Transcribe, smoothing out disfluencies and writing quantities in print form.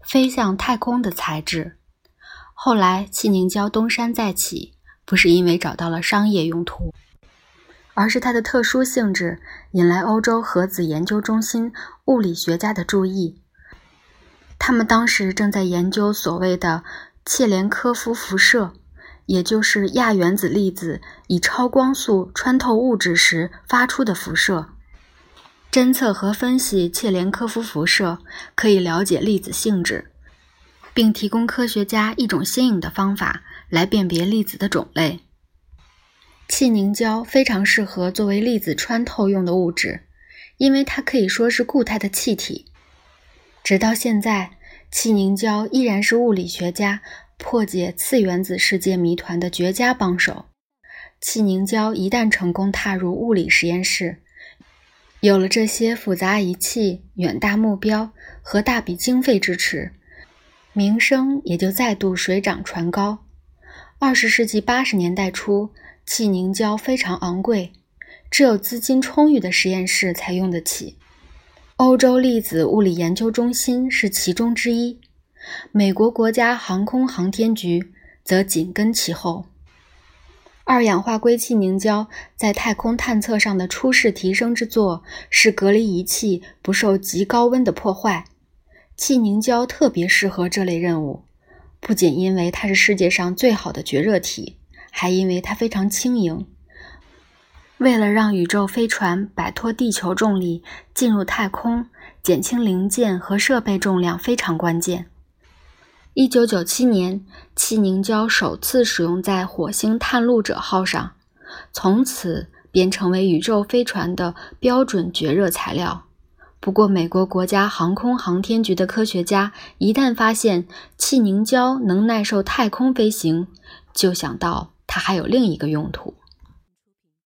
飞向太空的材质。后来气凝胶东山再起，不是因为找到了商业用途，而是它的特殊性质引来欧洲核子研究中心物理学家的注意。他们当时正在研究所谓的切连科夫辐射，也就是亚原子粒子以超光速穿透物质时发出的辐射。侦测和分析切连科夫辐射可以了解粒子性质，并提供科学家一种新颖的方法来辨别粒子的种类。气凝胶非常适合作为粒子穿透用的物质，因为它可以说是固态的气体。直到现在，气凝胶依然是物理学家破解次原子世界谜团的绝佳帮手。气凝胶一旦成功踏入物理实验室，有了这些复杂仪器、远大目标和大笔经费支持，名声也就再度水涨船高。20世纪80年代初，气凝胶非常昂贵，只有资金充裕的实验室才用得起。欧洲粒子物理研究中心是其中之一，美国国家航空航天局则紧跟其后。二氧化硅气凝胶在太空探测上的出世提升之作是隔离仪器不受极高温的破坏。气凝胶特别适合这类任务，不仅因为它是世界上最好的绝热体，还因为它非常轻盈。为了让宇宙飞船摆脱地球重力进入太空，减轻零件和设备重量非常关键。1997年，气凝胶首次使用在火星探路者号上，从此便成为宇宙飞船的标准绝热材料。不过美国国家航空航天局的科学家一旦发现气凝胶能耐受太空飞行，就想到它还有另一个用途。